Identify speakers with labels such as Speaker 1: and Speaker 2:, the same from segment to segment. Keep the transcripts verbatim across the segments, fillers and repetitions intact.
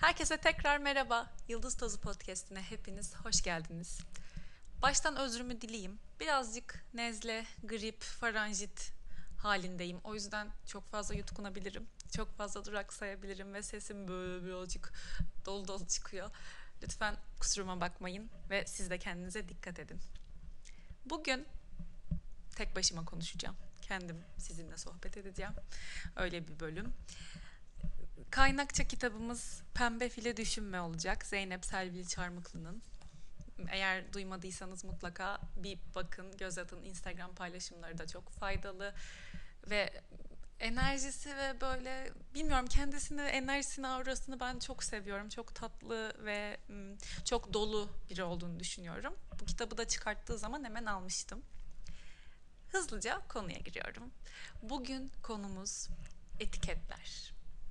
Speaker 1: Herkese tekrar merhaba. Yıldız Tozu Podcast'ine hepiniz hoş geldiniz. Baştan özrümü dileyim. Birazcık nezle, grip, faranjit halindeyim. O yüzden çok fazla yutkunabilirim. Çok fazla duraksayabilirim ve sesim böyle birazcık dolu dolu çıkıyor. Lütfen kusuruma bakmayın ve siz de kendinize dikkat edin. Bugün tek başıma konuşacağım. Kendim sizinle sohbet edeceğim. Öyle bir bölüm. Kaynakça kitabımız Pembe File Düşünme olacak. Zeynep Selvi Çarmıklı'nın. Eğer duymadıysanız mutlaka bir bakın, göz atın. Instagram paylaşımları da çok faydalı. Ve enerjisi ve böyle bilmiyorum kendisini, enerjisini, aurasını ben çok seviyorum. Çok tatlı ve çok dolu biri olduğunu düşünüyorum. Bu kitabı da çıkarttığı zaman hemen almıştım. Hızlıca konuya giriyorum. Bugün konumuz etiketler.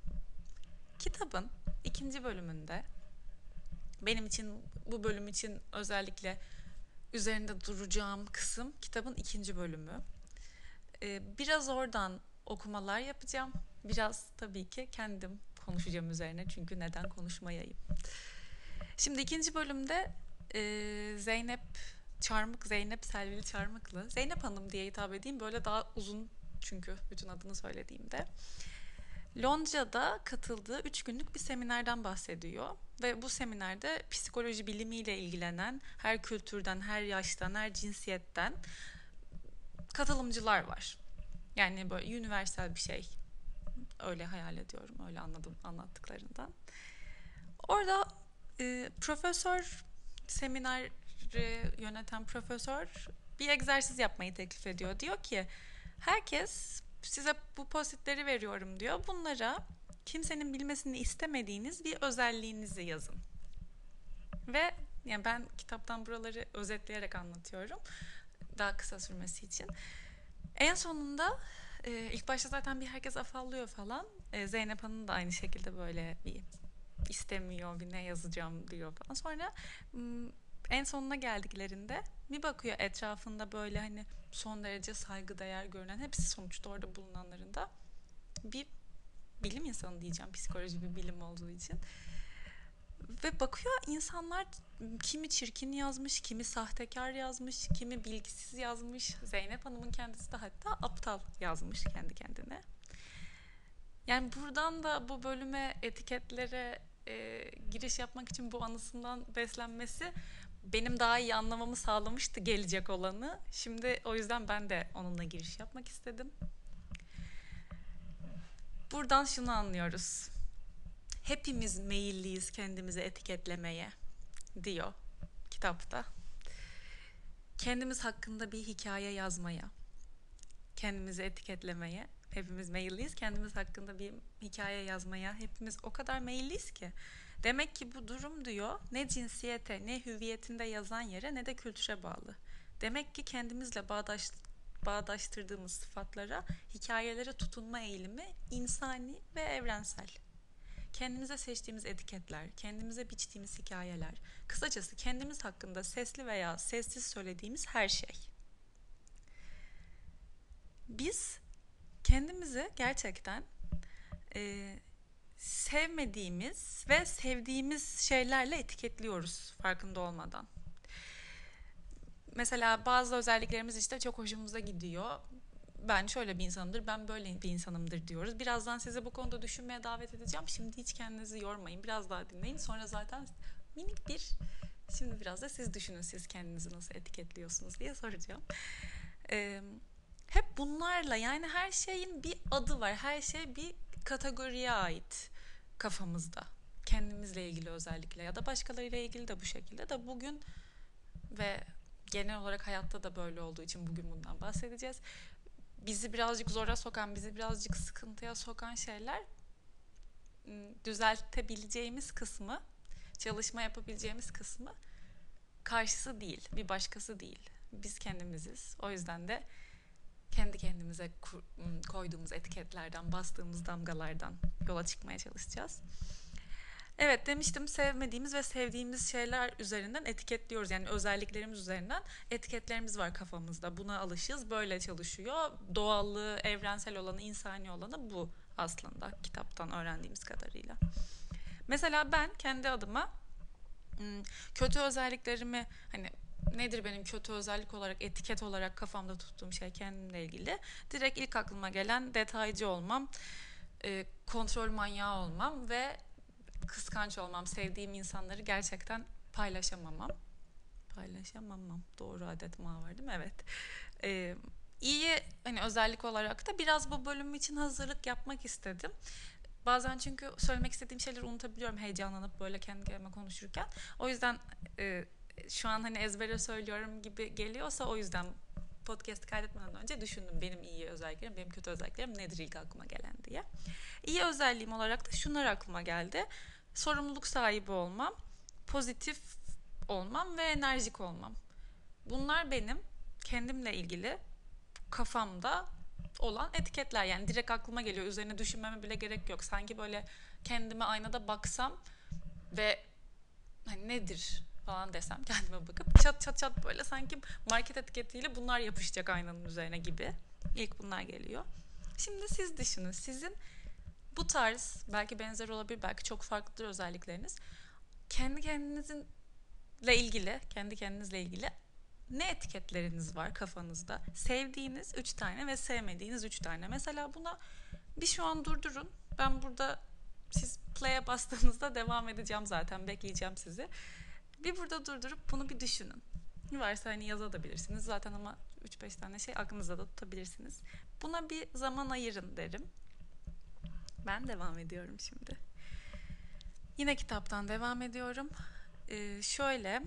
Speaker 1: Kitabın ikinci bölümünde benim için bu bölüm için özellikle üzerinde duracağım kısım kitabın ikinci bölümü. Ee, biraz oradan okumalar yapacağım. Biraz tabii ki kendim konuşacağım üzerine çünkü neden konuşmayayım. Şimdi ikinci bölümde e, Zeynep Çarmık, Zeynep Selvili Çarmıklı, Zeynep Hanım diye hitap edeyim böyle daha uzun çünkü bütün adını söylediğimde. Lonca'da katıldığı üç günlük bir seminerden bahsediyor. Ve bu seminerde psikoloji bilimiyle ilgilenen her kültürden, her yaştan, her cinsiyetten katılımcılar var. Yani böyle universal bir şey. Öyle hayal ediyorum, öyle anladım anlattıklarından. Orada e, profesör, semineri yöneten profesör bir egzersiz yapmayı teklif ediyor. Diyor ki herkes size bu postitleri veriyorum diyor. Bunlara kimsenin bilmesini istemediğiniz bir özelliğinizi yazın. Ve yani ben kitaptan buraları özetleyerek anlatıyorum. Daha kısa sürmesi için. En sonunda e, ilk başta zaten bir herkes afallıyor falan. E, Zeynep Hanım da aynı şekilde böyle bir istemiyor, bir ne yazacağım diyor falan. Sonra en sonuna geldiklerinde bir bakıyor etrafında böyle hani son derece saygıdeğer görünen, hepsi sonuçta orada bulunanların da bir bilim insanı diyeceğim, psikoloji bir bilim olduğu için. Ve bakıyor insanlar kimi çirkin yazmış, kimi sahtekar yazmış, kimi bilgisiz yazmış. Zeynep Hanım'ın kendisi de hatta aptal yazmış kendi kendine. Yani buradan da bu bölüme etiketlere e, giriş yapmak için bu anısından beslenmesi benim daha iyi anlamamı sağlamıştı gelecek olanı. Şimdi o yüzden ben de onunla giriş yapmak istedim. Buradan şunu anlıyoruz. Hepimiz meyilliyiz kendimizi etiketlemeye diyor kitapta. Kendimiz hakkında bir hikaye yazmaya, kendimizi etiketlemeye hepimiz meyilliyiz. Kendimiz hakkında bir hikaye yazmaya hepimiz o kadar meyilliyiz ki. Demek ki bu durum diyor ne cinsiyete, ne hüviyetinde yazan yere ne de kültüre bağlı. Demek ki kendimizle bağdaş, bağdaştırdığımız sıfatlara, hikayelere tutunma eğilimi insani ve evrensel. Kendimize seçtiğimiz etiketler, kendimize biçtiğimiz hikayeler, kısacası kendimiz hakkında sesli veya sessiz söylediğimiz her şey. Biz kendimizi gerçekten e, sevmediğimiz ve sevdiğimiz şeylerle etiketliyoruz farkında olmadan. Mesela bazı özelliklerimiz işte çok hoşumuza gidiyor. Ben şöyle bir insanımdır, ben böyle bir insanımdır diyoruz. Birazdan sizi bu konuda düşünmeye davet edeceğim. Şimdi hiç kendinizi yormayın. Biraz daha dinleyin. Sonra zaten minik bir, şimdi biraz da siz düşünün, siz kendinizi nasıl etiketliyorsunuz diye soracağım. Ee, hep bunlarla, yani her şeyin bir adı var. Her şey bir kategoriye ait kafamızda. Kendimizle ilgili özellikle ya da başkalarıyla ilgili de bu şekilde de bugün ve genel olarak hayatta da böyle olduğu için bugün bundan bahsedeceğiz. Bizi birazcık zora sokan, bizi birazcık sıkıntıya sokan şeyler düzeltebileceğimiz kısmı, çalışma yapabileceğimiz kısmı karşısı değil, bir başkası değil. Biz kendimiziz. O yüzden de kendi kendimize koyduğumuz etiketlerden, bastığımız damgalardan yola çıkmaya çalışacağız. Evet, demiştim, sevmediğimiz ve sevdiğimiz şeyler üzerinden etiketliyoruz. Yani özelliklerimiz üzerinden etiketlerimiz var kafamızda. Buna alışığız, böyle çalışıyor. Doğallığı, evrensel olanı, insani olanı bu aslında kitaptan öğrendiğimiz kadarıyla. Mesela ben kendi adıma kötü özelliklerimi, hani nedir benim kötü özellik olarak, etiket olarak kafamda tuttuğum şey kendimle ilgili. Direkt ilk aklıma gelen detaycı olmam, e, kontrol manyağı olmam ve kıskanç olmam. Sevdiğim insanları gerçekten paylaşamamam. Paylaşamamam. Doğru adet ma var değil mi? Evet. Ee, iyi hani özellik olarak da biraz bu bölüm için hazırlık yapmak istedim. Bazen çünkü söylemek istediğim şeyleri unutabiliyorum heyecanlanıp böyle kendi kendime konuşurken. O yüzden e, şu an hani ezbere söylüyorum gibi geliyorsa o yüzden podcast kaydetmeden önce düşündüm benim iyi özelliklerim, benim kötü özelliklerim nedir ilk aklıma gelen diye. İyi özelliğim olarak da şunlar aklıma geldi. Sorumluluk sahibi olmam, pozitif olmam ve enerjik olmam. Bunlar benim kendimle ilgili kafamda olan etiketler. Yani direkt aklıma geliyor. Üzerine düşünmeme bile gerek yok. Sanki böyle kendime aynada baksam ve hani nedir falan desem kendime bakıp çat çat çat böyle sanki market etiketiyle bunlar yapışacak aynanın üzerine gibi. İlk bunlar geliyor. Şimdi siz düşünün. Sizin bu tarz belki benzer olabilir, belki çok farklıdır özellikleriniz. Kendi kendinizinle ilgili, kendi kendinizle ilgili ne etiketleriniz var kafanızda? Sevdiğiniz üç tane ve sevmediğiniz üç tane. Mesela buna bir şu an durdurun. Ben burada siz play'e bastığınızda devam edeceğim zaten. Bekleyeceğim sizi. Bir burada durdurup bunu bir düşünün. Varsa hani yazabilirsiniz zaten ama üç beş tane şey aklınızda da tutabilirsiniz. Buna bir zaman ayırın derim. Ben devam ediyorum şimdi. Yine kitaptan devam ediyorum. Ee, şöyle...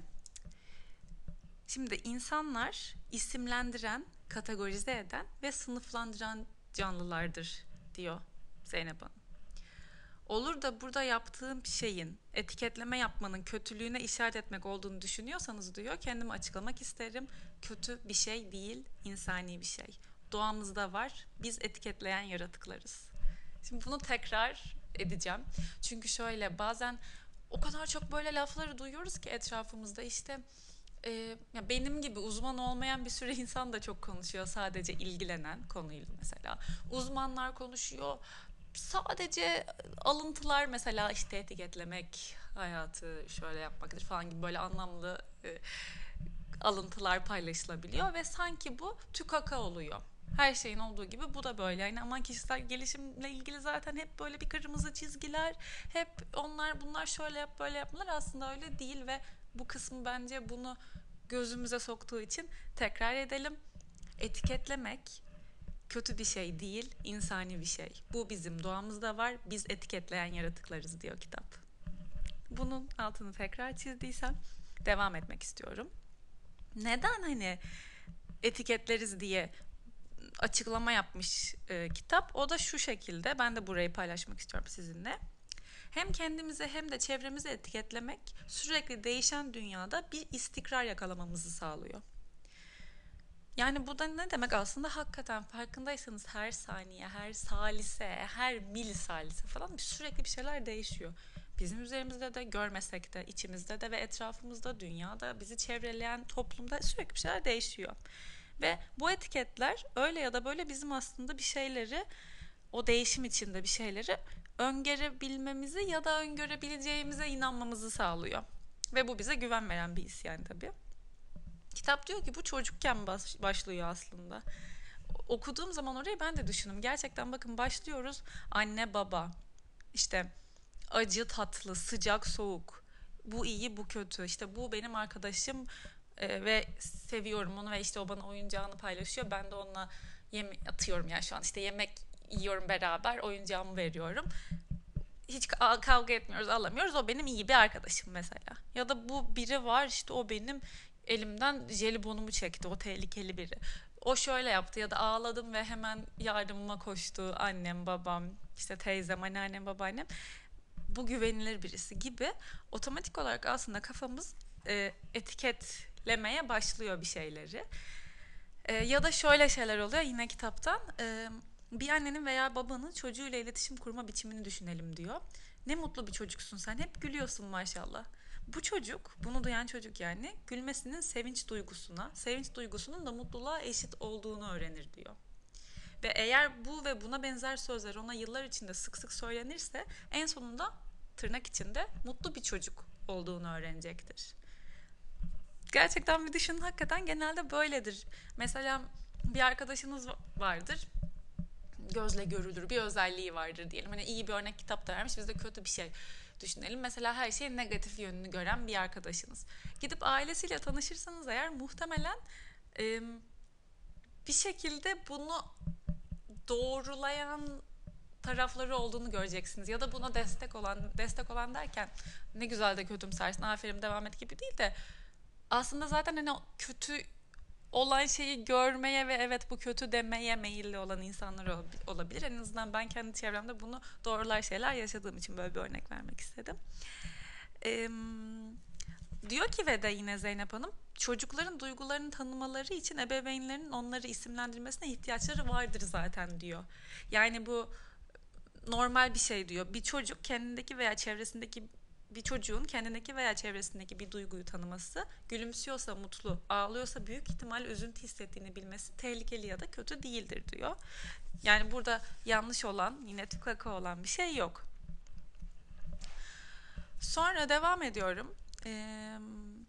Speaker 1: Şimdi insanlar isimlendiren, kategorize eden ve sınıflandıran canlılardır diyor Zeynep Hanım. Olur da burada yaptığım şeyin etiketleme yapmanın kötülüğüne işaret etmek olduğunu düşünüyorsanız diyor, kendimi açıklamak isterim. Kötü bir şey değil, insani bir şey. Doğamızda var, biz etiketleyen yaratıklarız. Şimdi bunu tekrar edeceğim. Çünkü şöyle bazen o kadar çok böyle lafları duyuyoruz ki etrafımızda işte... Ee, ya benim gibi uzman olmayan bir sürü insan da çok konuşuyor, sadece ilgilenen konuyla mesela. Uzmanlar konuşuyor. Sadece alıntılar mesela işte etiketlemek, hayatı şöyle yapmaktır falan gibi böyle anlamlı e, alıntılar paylaşılabiliyor ve sanki bu tükaka oluyor. Her şeyin olduğu gibi bu da böyle. Yani aman kişisel gelişimle ilgili zaten hep böyle bir kırmızı çizgiler, hep onlar bunlar şöyle yap böyle yapmalar, aslında öyle değil ve bu kısmı bence bunu gözümüze soktuğu için tekrar edelim. Etiketlemek kötü bir şey değil, insani bir şey. Bu bizim doğamızda var, biz etiketleyen yaratıklarız diyor kitap. Bunun altını tekrar çizdiysem devam etmek istiyorum. Neden hani etiketleriz diye açıklama yapmış e, kitap. O da şu şekilde, ben de burayı paylaşmak istiyorum sizinle. Hem kendimize hem de çevremizi etiketlemek sürekli değişen dünyada bir istikrar yakalamamızı sağlıyor. Yani bu da ne demek aslında, hakikaten farkındaysanız her saniye, her salise, her milisalise falan sürekli bir şeyler değişiyor. Bizim üzerimizde de, görmesek de, içimizde de ve etrafımızda, dünyada, bizi çevreleyen toplumda sürekli bir şeyler değişiyor. Ve bu etiketler öyle ya da böyle bizim aslında bir şeyleri, o değişim içinde bir şeyleri öngörebilmemizi ya da öngörebileceğimize inanmamızı sağlıyor. Ve bu bize güven veren bir his yani tabii. Kitap diyor ki bu çocukken baş, başlıyor aslında. Okuduğum zaman orayı ben de düşündüm. Gerçekten bakın, başlıyoruz anne baba, işte acı tatlı, sıcak soğuk, bu iyi bu kötü, işte bu benim arkadaşım e, ve seviyorum onu ve işte o bana oyuncağını paylaşıyor, ben de onunla yem atıyorum yani şu an işte yemek yiyorum beraber, oyuncağımı veriyorum. Hiç kavga etmiyoruz, alamıyoruz. O benim iyi bir arkadaşım mesela. Ya da bu biri var işte, o benim elimden jelibonumu çekti. O tehlikeli biri. O şöyle yaptı ya da ağladım ve hemen yardımıma koştu annem, babam, işte teyzem, anneannem, babaannem. Bu güvenilir birisi gibi otomatik olarak aslında kafamız e, etiketlemeye başlıyor bir şeyleri. E, ya da şöyle şeyler oluyor yine kitaptan. E, bir annenin veya babanın çocuğuyla iletişim kurma biçimini düşünelim diyor. Ne mutlu bir çocuksun sen, hep gülüyorsun maşallah. Bu çocuk, bunu duyan çocuk yani, gülmesinin sevinç duygusuna, sevinç duygusunun da mutluluğa eşit olduğunu öğrenir diyor. Ve eğer bu ve buna benzer sözler ona yıllar içinde sık sık söylenirse en sonunda tırnak içinde mutlu bir çocuk olduğunu öğrenecektir. Gerçekten bir düşünün, hakikaten genelde böyledir. Mesela bir arkadaşınız vardır, gözle görülür bir özelliği vardır diyelim. Hani iyi bir örnek kitapta vermiş, biz de kötü bir şey düşünelim. Mesela her şeyin negatif yönünü gören bir arkadaşınız. Gidip ailesiyle tanışırsanız eğer muhtemelen e, bir şekilde bunu doğrulayan tarafları olduğunu göreceksiniz. Ya da buna destek olan, destek olan derken ne güzel de kötümsersin, aferin devam et gibi değil de aslında zaten hani o kötü olan şeyi görmeye ve evet bu kötü demeye meyilli olan insanlar olabilir. En azından ben kendi çevremde bunu doğrular şeyler yaşadığım için böyle bir örnek vermek istedim. Ee, diyor ki ve de yine Zeynep Hanım, çocukların duygularını tanımaları için ebeveynlerinin onları isimlendirmesine ihtiyaçları vardır zaten diyor. Yani bu normal bir şey diyor. Bir çocuk kendindeki veya çevresindeki bir çocuğun kendindeki veya çevresindeki bir duyguyu tanıması, gülümsüyorsa mutlu, ağlıyorsa büyük ihtimal üzüntü hissettiğini bilmesi tehlikeli ya da kötü değildir diyor. Yani burada yanlış olan, yine tükaka olan bir şey yok. Sonra devam ediyorum. Ee,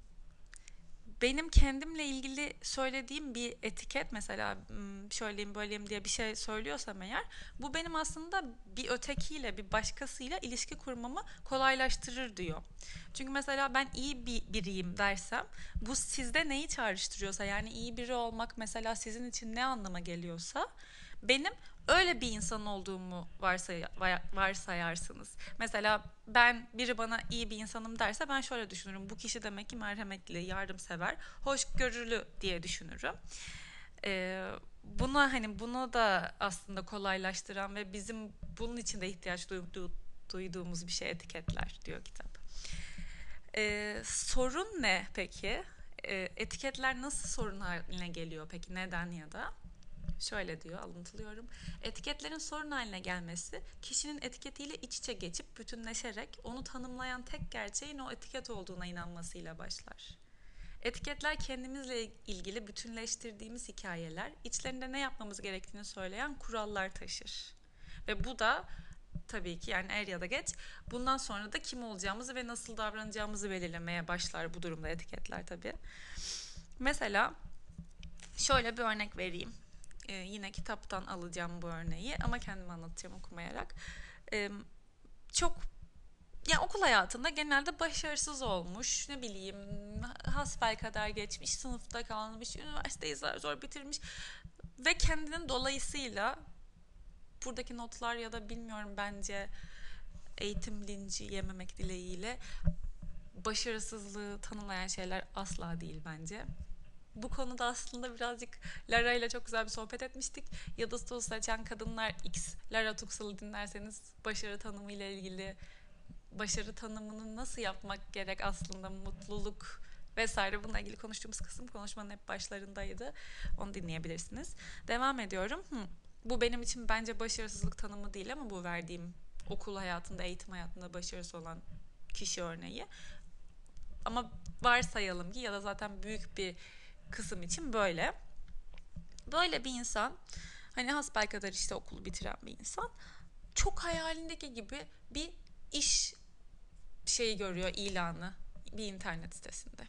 Speaker 1: benim kendimle ilgili söylediğim bir etiket, mesela şöyleyim böyleyim diye bir şey söylüyorsam eğer, bu benim aslında bir ötekiyle, bir başkasıyla ilişki kurmamı kolaylaştırır diyor. Çünkü mesela ben iyi bir biriyim dersem, bu sizde neyi çağrıştırıyorsa, yani iyi biri olmak mesela sizin için ne anlama geliyorsa, benim öyle bir insan olduğumu varsay- varsayarsınız. Mesela ben, biri bana iyi bir insanım derse ben şöyle düşünürüm: bu kişi demek ki merhametli, yardımsever, hoşgörülü diye düşünürüm. Ee, buna hani bunu da aslında kolaylaştıran ve bizim bunun için de ihtiyaç duyduğu, duyduğumuz bir şey etiketler diyor kitap. Ee, sorun ne peki? Ee, etiketler nasıl sorun haline geliyor peki? Neden ya da? Şöyle diyor, alıntılıyorum: etiketlerin sorun haline gelmesi, kişinin etiketiyle iç içe geçip bütünleşerek onu tanımlayan tek gerçeğin o etiket olduğuna inanmasıyla başlar. Etiketler kendimizle ilgili bütünleştirdiğimiz hikayeler, içlerinde ne yapmamız gerektiğini söyleyen kurallar taşır. Ve bu da tabii ki, yani er ya da geç, bundan sonra da kim olacağımızı ve nasıl davranacağımızı belirlemeye başlar bu durumda etiketler tabii. Mesela şöyle bir örnek vereyim. Ee, yine kitaptan alacağım bu örneği ama kendim anlatacağım okumayarak. Ee, çok yani okul hayatında genelde başarısız olmuş, ne bileyim hasbelkader geçmiş, sınıfta kalmış, üniversiteyi zor zor bitirmiş ve kendinin dolayısıyla buradaki notlar ya da bilmiyorum, bence eğitim linci yememek dileğiyle, başarısızlığı tanımlayan şeyler asla değil bence. Bu konuda aslında birazcık Lara ile çok güzel bir sohbet etmiştik. Yıldız Tozu Saçan Kadınlar X, Lara Tuksal'ı dinlerseniz başarı tanımı ile ilgili, başarı tanımını nasıl yapmak gerek aslında, mutluluk vesaire, bununla ilgili konuştuğumuz kısım konuşmanın hep başlarındaydı. Onu dinleyebilirsiniz. Devam ediyorum. Hı. Bu benim için bence başarısızlık tanımı değil ama bu verdiğim okul hayatında, eğitim hayatında başarısı olan kişi örneği. Ama varsayalım ki, ya da zaten büyük bir kısım için böyle. Böyle bir insan, hani hasbelkader işte okulu bitiren bir insan, çok hayalindeki gibi bir iş şeyi görüyor, ilanı bir internet sitesinde.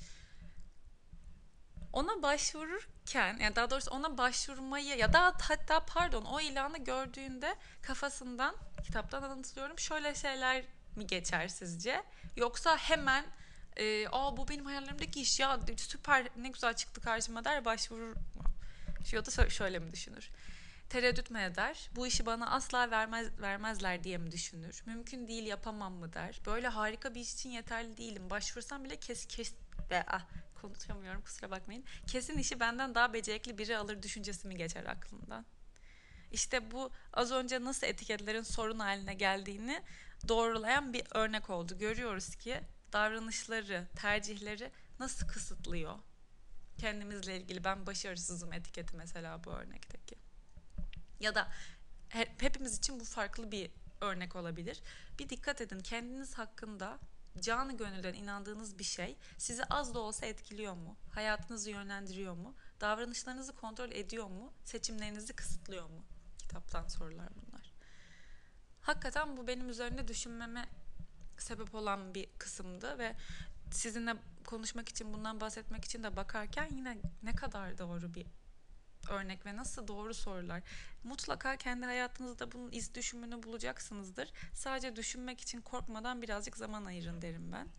Speaker 1: Ona başvururken, yani daha doğrusu ona başvurmayı ya da hatta pardon o ilanı gördüğünde kafasından, kitaptan anlatıyorum, şöyle şeyler mi geçer sizce? Yoksa hemen e, aa bu benim hayallerimdeki iş ya, süper, ne güzel çıktı karşıma der başvurur mu? Ya da şöyle mi düşünür? Tereddüt mü eder? Bu işi bana asla vermez, vermezler diye mi düşünür? Mümkün değil, yapamam mı der? Böyle harika bir iş için yeterli değilim, başvursam bile kes kes ve ah konuşamıyorum, kusura bakmayın. Kesin işi benden daha becerikli biri alır düşüncesi mi geçer aklından? İşte bu az önce nasıl etiketlerin sorun haline geldiğini doğrulayan bir örnek oldu. Görüyoruz ki davranışları, tercihleri nasıl kısıtlıyor. Kendimizle ilgili ben başarısızım etiketi mesela bu örnekteki. Ya da hepimiz için bu farklı bir örnek olabilir. Bir dikkat edin, kendiniz hakkında canı gönülden inandığınız bir şey sizi az da olsa etkiliyor mu? Hayatınızı yönlendiriyor mu? Davranışlarınızı kontrol ediyor mu? Seçimlerinizi kısıtlıyor mu? Kitaptan sorular bunlar. Hakikaten bu benim üzerinde düşünmeme sebep olan bir kısımdı ve sizinle konuşmak için, bundan bahsetmek için de bakarken yine ne kadar doğru bir örnek ve nasıl doğru sorular. Mutlaka kendi hayatınızda bunun iz düşümünü bulacaksınızdır. Sadece düşünmek için korkmadan birazcık zaman ayırın derim ben.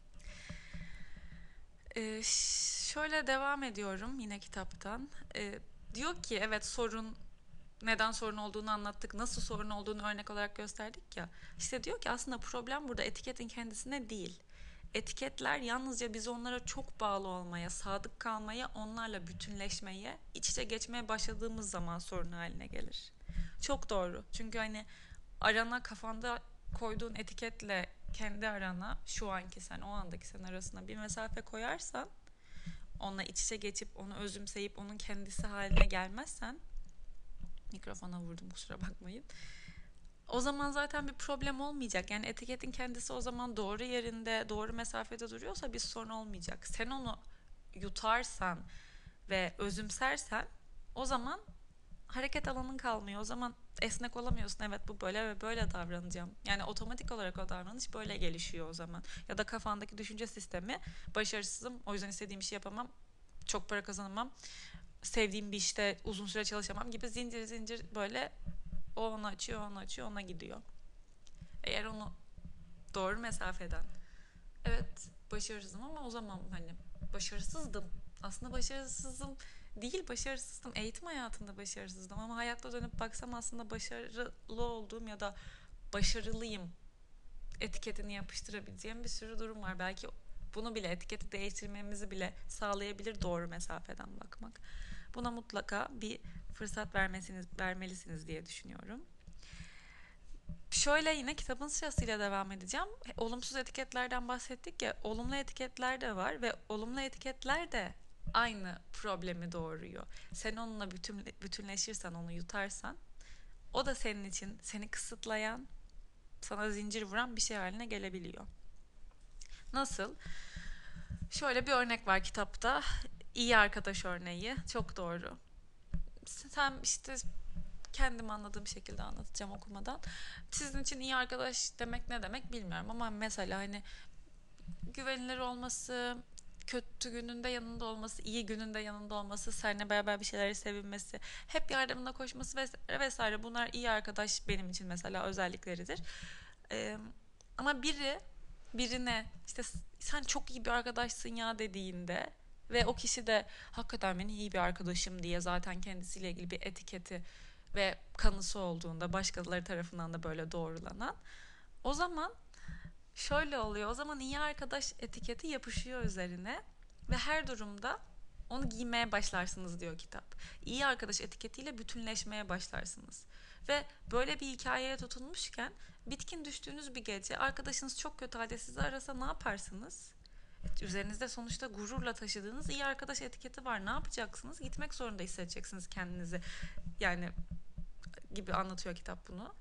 Speaker 1: Ee, şöyle devam ediyorum yine kitaptan. Ee, diyor ki evet, sorun neden sorun olduğunu anlattık, nasıl sorun olduğunu örnek olarak gösterdik ya. İşte diyor ki aslında problem burada etiketin kendisine değil. Etiketler yalnızca biz onlara çok bağlı olmaya, sadık kalmaya, onlarla bütünleşmeye, iç içe geçmeye başladığımız zaman sorun haline gelir. Çok doğru. Çünkü hani arana, kafanda koyduğun etiketle kendi arana, şu anki sen, o andaki sen arasında bir mesafe koyarsan, onunla iç içe geçip onu özümseyip onun kendisi haline gelmezsen, mikrofona vurdum kusura bakmayın, o zaman zaten bir problem olmayacak. Yani etiketin kendisi o zaman doğru yerinde, doğru mesafede duruyorsa bir sorun olmayacak. Sen onu yutarsan ve özümsersen, o zaman hareket alanın kalmıyor. O zaman esnek olamıyorsun. Evet, bu böyle ve böyle davranacağım. Yani otomatik olarak o davranış böyle gelişiyor o zaman. Ya da kafandaki düşünce sistemi, başarısızım, o yüzden istediğim işi yapamam, çok para kazanamam, sevdiğim bir işte uzun süre çalışamam gibi zincir zincir böyle o onu açıyor, onu açıyor, ona gidiyor. Eğer onu doğru mesafeden, evet başarısızım ama o zaman hani başarısızdım. Aslında başarısızım değil, başarısızdım. Eğitim hayatında başarısızdım ama hayatta dönüp baksam aslında başarılı olduğum ya da başarılıyım etiketini yapıştırabileceğim bir sürü durum var. Belki bunu bile, etiketi değiştirmemizi bile sağlayabilir doğru mesafeden bakmak. Buna mutlaka bir fırsat vermesiniz, vermelisiniz diye düşünüyorum. Şöyle yine kitabın sırasıyla devam edeceğim. Olumsuz etiketlerden bahsettik ya, olumlu etiketler de var ve olumlu etiketler de aynı problemi doğuruyor. Sen onunla bütün, bütünleşirsen, onu yutarsan, o da senin için seni kısıtlayan, sana zincir vuran bir şey haline gelebiliyor. Nasıl? Şöyle bir örnek var kitapta. İyi arkadaş örneği. Çok doğru. Sen işte, kendim anladığım şekilde anlatacağım okumadan. Sizin için iyi arkadaş demek ne demek bilmiyorum ama mesela hani güvenilir olması, kötü gününde yanında olması, iyi gününde yanında olması, seninle beraber bir şeyleri sevinmesi, hep yardımına koşması vesaire vesaire, bunlar iyi arkadaş benim için mesela özellikleridir. Ee, ama biri birine işte sen çok iyi bir arkadaşsın ya dediğinde ve o kişi de hakikaten benim iyi bir arkadaşım diye zaten kendisiyle ilgili bir etiketi ve kanısı olduğunda, başkaları tarafından da böyle doğrulanan, o zaman şöyle oluyor. O zaman iyi arkadaş etiketi yapışıyor üzerine ve her durumda onu giymeye başlarsınız diyor kitap. İyi arkadaş etiketiyle bütünleşmeye başlarsınız. Ve böyle bir hikayeye tutunmuşken bitkin düştüğünüz bir gece arkadaşınız çok kötü halde sizi arasa ne yaparsınız? Üzerinizde sonuçta gururla taşıdığınız iyi arkadaş etiketi var. Ne yapacaksınız? Gitmek zorunda hissedeceksiniz kendinizi. Yani gibi anlatıyor kitap bunu.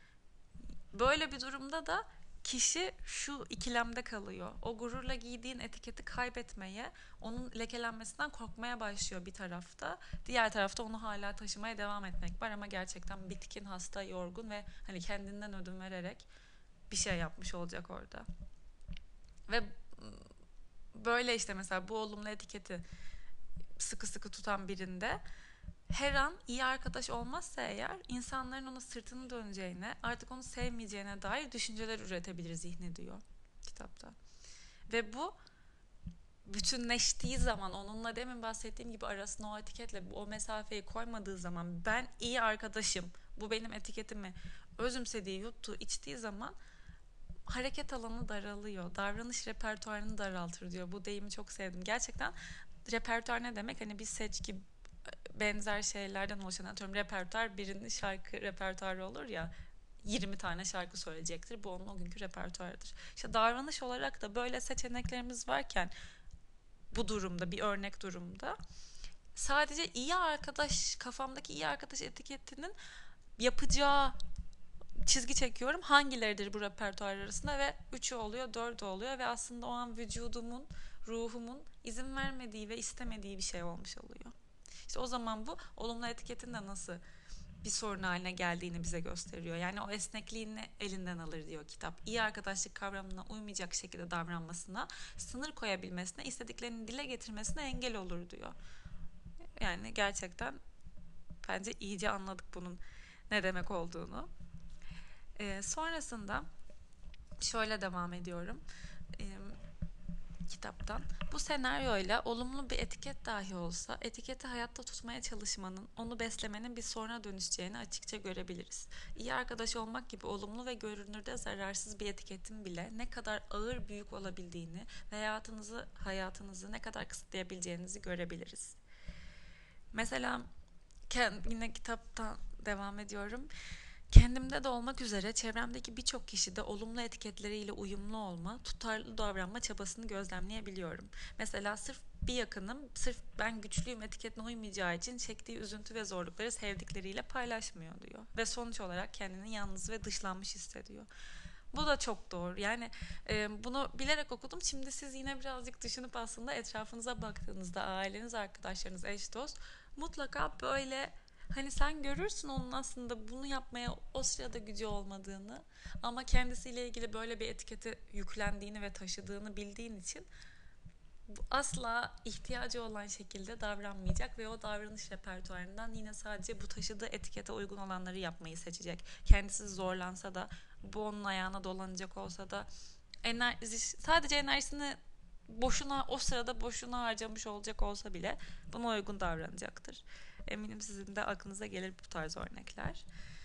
Speaker 1: Böyle bir durumda da kişi şu ikilemde kalıyor. O gururla giydiğin etiketi kaybetmeye, onun lekelenmesinden korkmaya başlıyor bir tarafta. Diğer tarafta onu hala taşımaya devam etmek var ama gerçekten bitkin, hasta, yorgun ve hani kendinden ödün vererek bir şey yapmış olacak orada. Ve böyle işte mesela bu olumlu etiketi sıkı sıkı tutan birinde her an iyi arkadaş olmazsa eğer, insanların ona sırtını döneceğine, artık onu sevmeyeceğine dair düşünceler üretebilir zihni diyor kitapta. Ve bu bütünleştiği zaman, onunla demin bahsettiğim gibi arasına o etiketle o mesafeyi koymadığı zaman, ben iyi arkadaşım, bu benim etiketimi özümsediği, yuttuğu, içtiği zaman hareket alanı daralıyor. Davranış repertuarını daraltır diyor. Bu deyimi çok sevdim. Gerçekten repertuar ne demek? Hani bir seçki, benzer şeylerden oluşan, atıyorum repertuar, birinin şarkı repertuarı olur ya, yirmi tane şarkı söyleyecektir. Bu onun o günkü repertuarıdır. İşte davranış olarak da böyle seçeneklerimiz varken, bu durumda, bir örnek durumda, sadece iyi arkadaş, kafamdaki iyi arkadaş etiketinin yapacağı çizgi çekiyorum. Hangileridir bu repertuar arasında ve üçü oluyor, dördü oluyor ve aslında o an vücudumun, ruhumun izin vermediği ve istemediği bir şey olmuş oluyor. İşte o zaman bu olumlu etiketin de nasıl bir sorun haline geldiğini bize gösteriyor. Yani o esnekliğini elinden alır diyor kitap. İyi arkadaşlık kavramına uymayacak şekilde davranmasına, sınır koyabilmesine, istediklerini dile getirmesine engel olur diyor. Yani gerçekten bence iyice anladık bunun ne demek olduğunu. Ee, sonrasında şöyle devam ediyorum. Ee, kitaptan. Bu senaryoyla olumlu bir etiket dahi olsa etiketi hayatta tutmaya çalışmanın, onu beslemenin bir soruna dönüşeceğini açıkça görebiliriz. İyi arkadaş olmak gibi olumlu ve görünürde zararsız bir etiketin bile ne kadar ağır büyük olabildiğini ve hayatınızı, hayatınızı ne kadar kısıtlayabileceğinizi görebiliriz. Mesela yine kitaptan devam ediyorum. Kendimde de olmak üzere çevremdeki birçok kişide olumlu etiketleriyle uyumlu olma, tutarlı davranma çabasını gözlemleyebiliyorum. Mesela sırf bir yakınım, sırf ben güçlüyüm etiketine uymayacağı için çektiği üzüntü ve zorlukları sevdikleriyle paylaşmıyor diyor. Ve sonuç olarak kendini yalnız ve dışlanmış hissediyor. Bu da çok doğru. Yani e, bunu bilerek okudum. Şimdi siz yine birazcık düşünüp aslında etrafınıza baktığınızda aileniz, arkadaşlarınız, eş dost mutlaka böyle hani sen görürsün onun aslında bunu yapmaya o sırada gücü olmadığını ama kendisiyle ilgili böyle bir etiketi yüklendiğini ve taşıdığını bildiğin için asla ihtiyacı olan şekilde davranmayacak ve o davranış repertuarından yine sadece bu taşıdığı etikete uygun olanları yapmayı seçecek. Kendisi zorlansa da bu onun ayağına dolanacak olsa da enerji, sadece enerjisini boşuna o sırada boşuna harcamış olacak olsa bile buna uygun davranacaktır. Eminim sizin de aklınıza gelir bu tarz örnekler.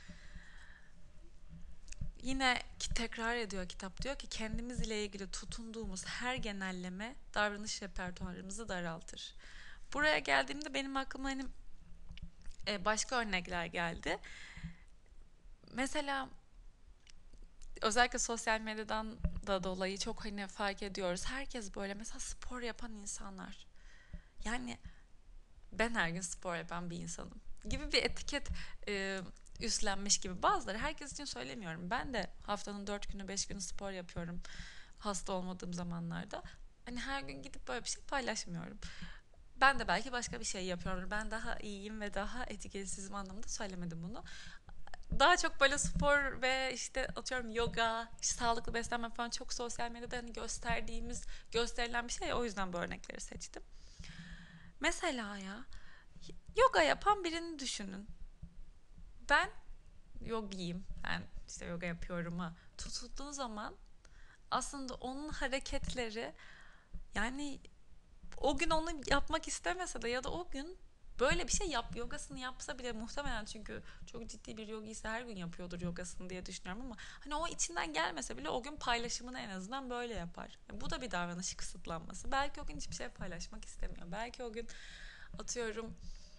Speaker 1: Yine tekrar ediyor kitap, diyor ki kendimiz ile ilgili tutunduğumuz her genelleme davranış repertuarımızı daraltır. Buraya geldiğimde benim aklıma hani başka örnekler geldi. Mesela özellikle sosyal medyadan da dolayı çok hani fark ediyoruz. Herkes böyle mesela spor yapan insanlar. Yani ben her gün spor yapan bir insanım gibi bir etiket e, üstlenmiş gibi. Bazıları, herkes için söylemiyorum. Ben de haftanın dört günü beş günü spor yapıyorum hasta olmadığım zamanlarda. Hani her gün gidip böyle bir şey paylaşmıyorum. Ben de belki başka bir şey yapıyorum. Ben daha iyiyim ve daha etiketsizim anlamında söylemedim bunu. Daha çok böyle spor ve işte atıyorum yoga, işte sağlıklı beslenme falan çok sosyal medyada hani gösterdiğimiz, gösterilen bir şey. O yüzden bu örnekleri seçtim. Mesela ya yoga yapan birini düşünün. Ben yogiyim. Ben işte yoga yapıyorum ha. Tutulduğu zaman aslında onun hareketleri yani o gün onu yapmak istemese de ya da o gün böyle bir şey yap, yogasını yapsa bile muhtemelen, çünkü çok ciddi bir yogi ise her gün yapıyordur yogasını diye düşünüyorum ama hani o içinden gelmese bile o gün paylaşımını en azından böyle yapar. Yani bu da bir davranış kısıtlanması. Belki o gün hiçbir şey paylaşmak istemiyor. Belki o gün atıyorum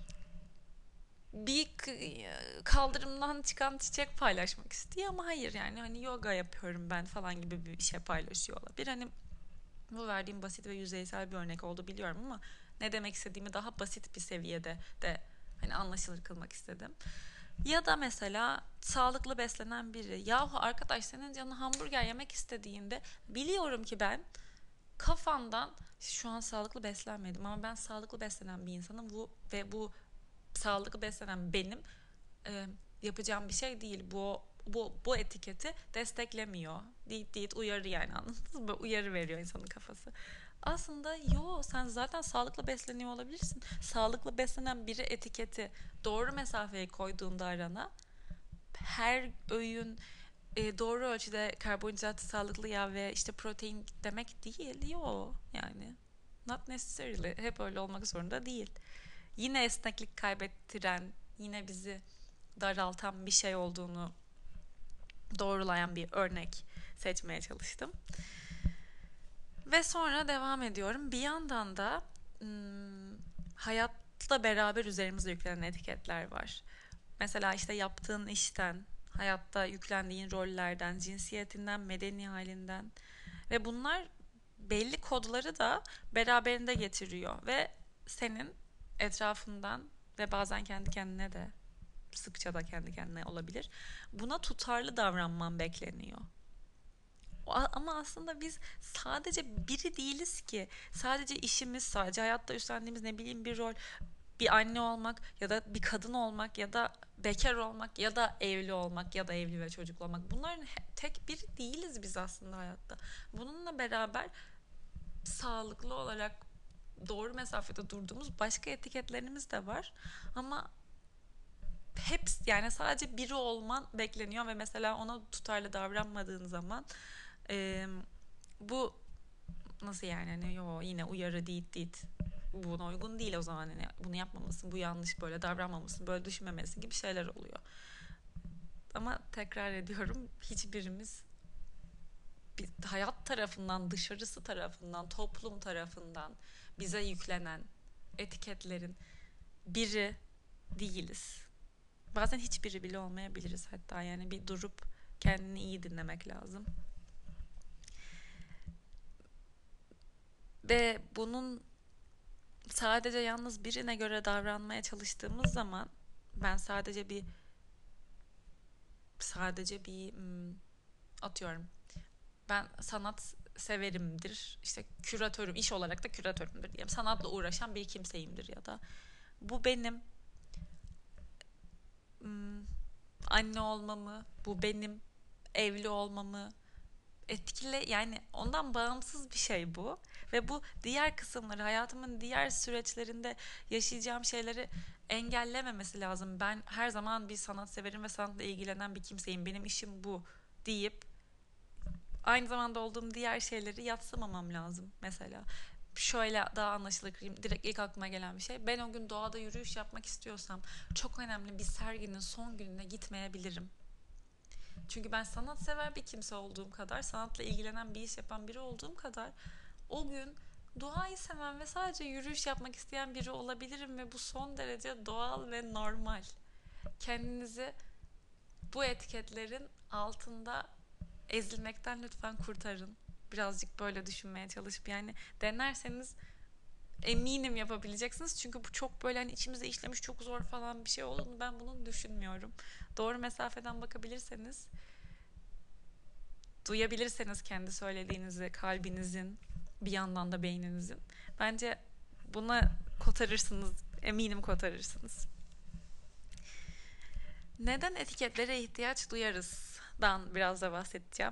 Speaker 1: bir kaldırımdan çıkan çiçek paylaşmak istiyor ama hayır, yani hani yoga yapıyorum ben falan gibi bir şey paylaşıyor olabilir. Hani bu verdiğim basit ve yüzeysel bir örnek oldu biliyorum ama ne demek istediğimi daha basit bir seviyede de hani anlaşılır kılmak istedim. Ya da mesela sağlıklı beslenen biri, yahu arkadaş senin canın hamburger yemek istediğinde biliyorum ki ben kafandan şu an sağlıklı beslenmedim ama ben sağlıklı beslenen bir insanım bu ve bu sağlıklı beslenen benim e, yapacağım bir şey değil. Bu bu bu etiketi desteklemiyor. Deyit deyit uyarı, yani anladınız mı? Uyarı veriyor insanın kafası. Aslında yo, sen zaten sağlıklı besleniyor olabilirsin. Sağlıklı beslenen biri etiketi doğru mesafeyi koyduğunda arana, her öğün e, doğru ölçüde karbonhidrat, sağlıklı yağ ve işte protein demek değil. Yo yani not necessarily hep öyle olmak zorunda değil. Yine esneklik kaybettiren, yine bizi daraltan bir şey olduğunu doğrulayan bir örnek seçmeye çalıştım. Ve sonra devam ediyorum. Bir yandan da ım, hayatla beraber üzerimize yüklenen etiketler var. Mesela işte yaptığın işten, hayatta yüklendiğin rollerden, cinsiyetinden, medeni halinden ve bunlar belli kodları da beraberinde getiriyor ve senin etrafından ve bazen kendi kendine de, sıkça da kendi kendine olabilir, buna tutarlı davranman bekleniyor. Ama aslında biz sadece biri değiliz ki. Sadece işimiz, sadece hayatta üstlendiğimiz ne bileyim bir rol, bir anne olmak ya da bir kadın olmak ya da bekar olmak ya da evli olmak ya da evli ve çocuklu olmak, bunların tek bir değiliz biz aslında hayatta. Bununla beraber sağlıklı olarak doğru mesafede durduğumuz başka etiketlerimiz de var. Ama hepsi, yani sadece biri olman bekleniyor ve mesela ona tutarlı davranmadığın zaman e, bu nasıl yani, hani yo yine uyarı değil değil, buna uygun değil o zaman, hani bunu yapmamasın, bu yanlış, böyle davranmamasın, böyle düşünmemesin gibi şeyler oluyor. Ama tekrar ediyorum, hiçbirimiz bir hayat tarafından, dışarısı tarafından, toplum tarafından bize yüklenen etiketlerin biri değiliz. Bazen hiçbiri bile olmayabiliriz hatta, yani bir durup kendini iyi dinlemek lazım. Ve bunun sadece yalnız birine göre davranmaya çalıştığımız zaman, ben sadece bir sadece bir hmm, atıyorum, ben sanat severimdir, işte küratörüm, iş olarak da küratörümdür diyelim, sanatla uğraşan bir kimseyimdir ya da bu benim hmm, anne olmamı, bu benim evli olmamı etkile, yani ondan bağımsız bir şey bu ve bu diğer kısımları, hayatımın diğer süreçlerinde yaşayacağım şeyleri engellememesi lazım. Ben her zaman bir sanat severim ve sanatla ilgilenen bir kimseyim, benim işim bu deyip aynı zamanda olduğum diğer şeyleri yadsımamam lazım mesela. Şöyle daha anlaşılır kılayım. Direkt ilk aklıma gelen bir şey. Ben o gün doğada yürüyüş yapmak istiyorsam çok önemli bir serginin son gününe gitmeyebilirim. Çünkü ben sanat sever bir kimse olduğum kadar, sanatla ilgilenen bir iş yapan biri olduğum kadar o gün doğayı seven ve sadece yürüyüş yapmak isteyen biri olabilirim ve bu son derece doğal ve normal. Kendinizi bu etiketlerin altında ezilmekten lütfen kurtarın. Birazcık böyle düşünmeye çalışıp, yani denerseniz eminim yapabileceksiniz. Çünkü bu çok böyle hani içimize işlemiş, çok zor falan bir şey olduğunu ben bunu düşünmüyorum. Doğru mesafeden bakabilirseniz, duyabilirseniz kendi söylediğinizi, kalbinizin bir yandan da beyninizin, bence buna kotarırsınız. Eminim kotarırsınız. Neden etiketlere ihtiyaç duyarızdan biraz da bahsedeceğim.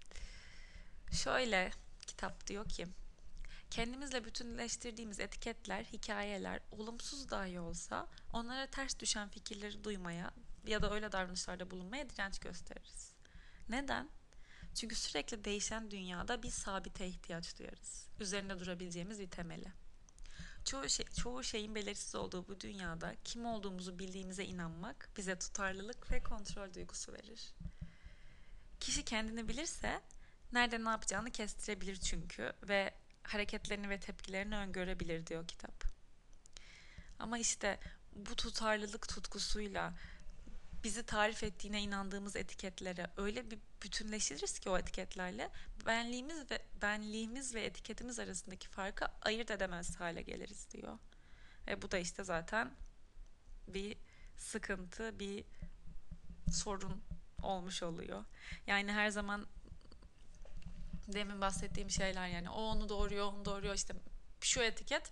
Speaker 1: Şöyle, kitap diyor ki, kendimizle bütünleştirdiğimiz etiketler, hikayeler, olumsuz dahi olsa onlara ters düşen fikirleri duymaya ya da öyle davranışlarda bulunmaya direnç gösteririz. Neden? Çünkü sürekli değişen dünyada bir sabite ihtiyaç duyarız. Üzerinde durabileceğimiz bir temeli. Çoğu, şey, çoğu şeyin belirsiz olduğu bu dünyada kim olduğumuzu bildiğimize inanmak bize tutarlılık ve kontrol duygusu verir. Kişi kendini bilirse nerede ne yapacağını kestirebilir çünkü ve hareketlerini ve tepkilerini öngörebilir diyor kitap. Ama işte bu tutarlılık tutkusuyla bizi tarif ettiğine inandığımız etiketlere öyle bir bütünleşiriz ki o etiketlerle benliğimiz ve benliğimiz ve etiketimiz arasındaki farkı ayırt edemez hale geliriz diyor. Ve bu da işte zaten bir sıkıntı, bir sorun olmuş oluyor. Yani her zaman demin bahsettiğim şeyler, yani o onu doğuruyor, onu doğuruyor, işte şu etiket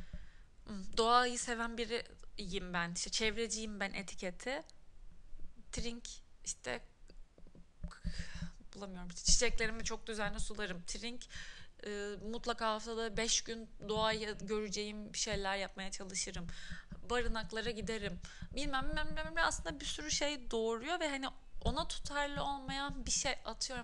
Speaker 1: doğayı seven biriyim ben, işte çevreciyim ben etiketi, trink işte bulamıyorum, çiçeklerimi çok düzenli sularım, trink e, mutlaka haftada beş gün doğayı göreceğim şeyler yapmaya çalışırım, barınaklara giderim, bilmem bilmem bilmem, aslında bir sürü şey doğuruyor ve hani ona tutarlı olmayan bir şey, atıyorum